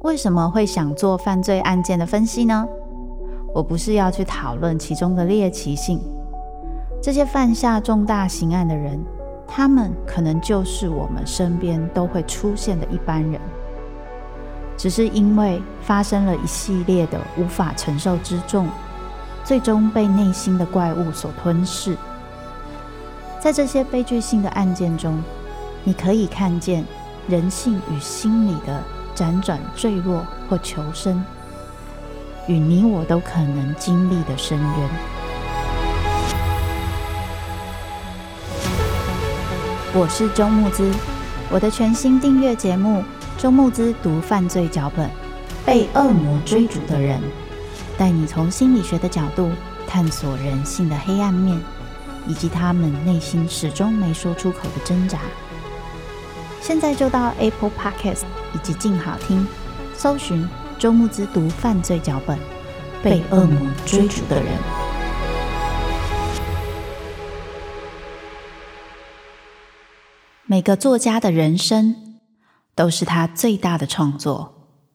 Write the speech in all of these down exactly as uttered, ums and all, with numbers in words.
为什么会想做犯罪案件的分析呢？我不是要去讨论其中的猎奇性，这些犯下重大刑案的人，他们可能就是我们身边都会出现的一般人，只是因为发生了一系列的无法承受之重，最终被内心的怪物所吞噬。在这些悲剧性的案件中，你可以看见人性与心理的辗转坠落或求生，与你我都可能经历的深渊。我是周慕姿，我的全新订阅节目《周慕姿读犯罪脚本》，被恶魔追逐的人，带你从心理学的角度探索人性的黑暗面，以及他们内心始终没说出口的挣扎。现在就到 Apple Podcast 以及静好听搜寻周慕姿读犯罪脚本，被恶魔追逐的人。每个作家的人生都是他最大的创作。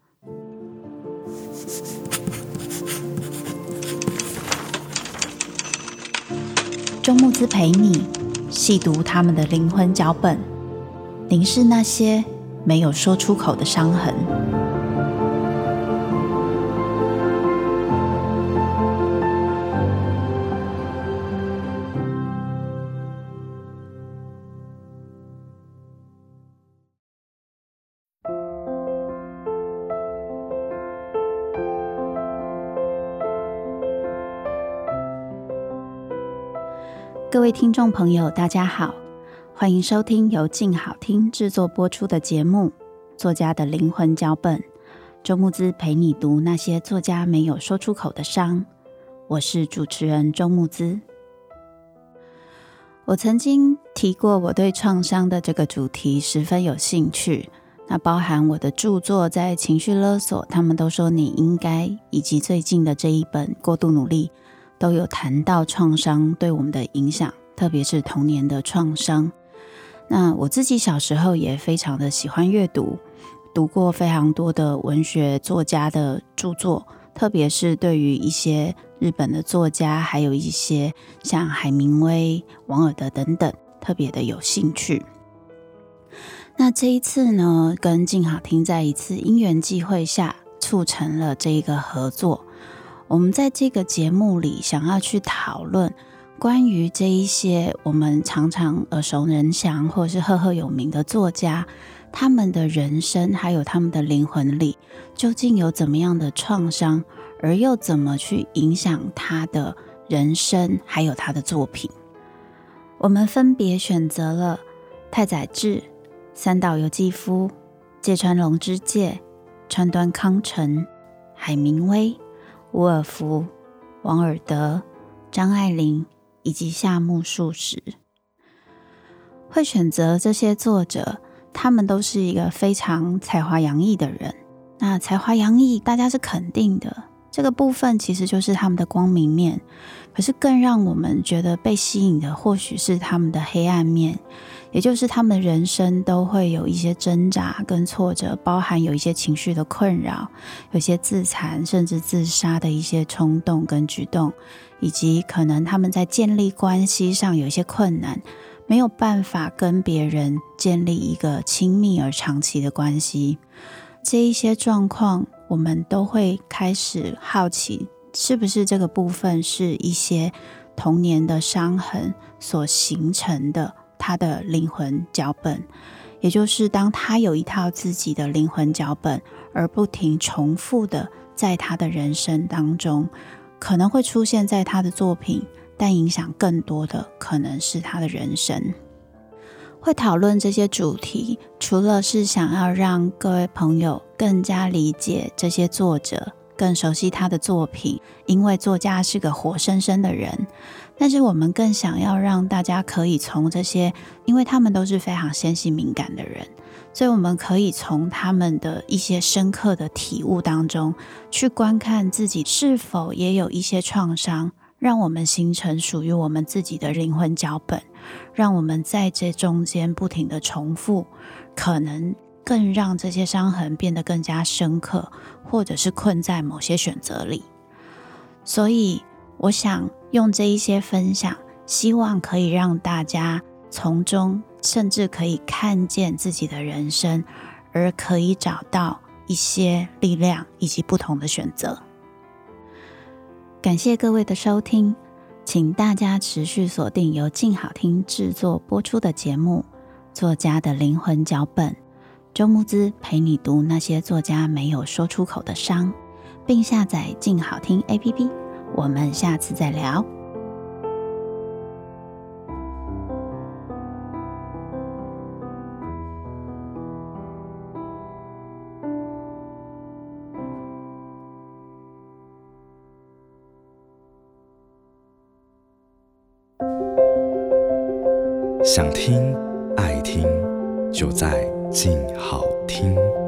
周慕姿陪你细读他们的灵魂脚本，凝视那些没有说出口的伤痕。各位听众朋友，大家好，欢迎收听由静好听制作播出的节目《作家的灵魂脚本》，周慕姿陪你读那些作家没有说出口的伤。我是主持人周慕姿。我曾经提过我对创伤的这个主题十分有兴趣，那包含我的著作在情绪勒索，他们都说你应该，以及最近的这一本过度努力，都有谈到创伤对我们的影响，特别是童年的创伤。那我自己小时候也非常的喜欢阅读，读过非常多的文学作家的著作，特别是对于一些日本的作家，还有一些像海明威、王尔德等等，特别的有兴趣。那这一次呢，跟静好听在一次因缘际会下促成了这一个合作。我们在这个节目里想要去讨论关于这一些我们常常耳熟能详或者是赫赫有名的作家，他们的人生还有他们的灵魂里究竟有怎么样的创伤，而又怎么去影响他的人生还有他的作品。我们分别选择了太宰治、三岛由纪夫、芥川龙之介、川端康成、海明威、伍尔夫、王尔德、张爱玲以及夏目漱石。会选择这些作者，他们都是一个非常才华洋溢的人。那才华洋溢大家是肯定的，这个部分其实就是他们的光明面，可是更让我们觉得被吸引的或许是他们的黑暗面，也就是他们人生都会有一些挣扎跟挫折，包含有一些情绪的困扰，有些自残甚至自杀的一些冲动跟举动，以及可能他们在建立关系上有一些困难，没有办法跟别人建立一个亲密而长期的关系。这一些状况我们都会开始好奇，是不是这个部分是一些童年的伤痕所形成的他的灵魂脚本，也就是当他有一套自己的灵魂脚本，而不停重复的在他的人生当中，可能会出现在他的作品，但影响更多的可能是他的人生。会讨论这些主题，除了是想要让各位朋友更加理解这些作者，更熟悉他的作品，因为作家是个活生生的人，但是我们更想要让大家可以从这些，因为他们都是非常纤细敏感的人，所以我们可以从他们的一些深刻的体悟当中去观看自己是否也有一些创伤，让我们形成属于我们自己的灵魂脚本，让我们在这中间不停的重复，可能更让这些伤痕变得更加深刻，或者是困在某些选择里。所以我想用这一些分享，希望可以让大家从中甚至可以看见自己的人生，而可以找到一些力量以及不同的选择。感谢各位的收听，请大家持续锁定由静好听制作播出的节目《作家的灵魂脚本》，周慕姿陪你读那些作家没有说出口的伤，并下载静好听 A P P。 我们下次再聊。 想听爱听，就在静好听。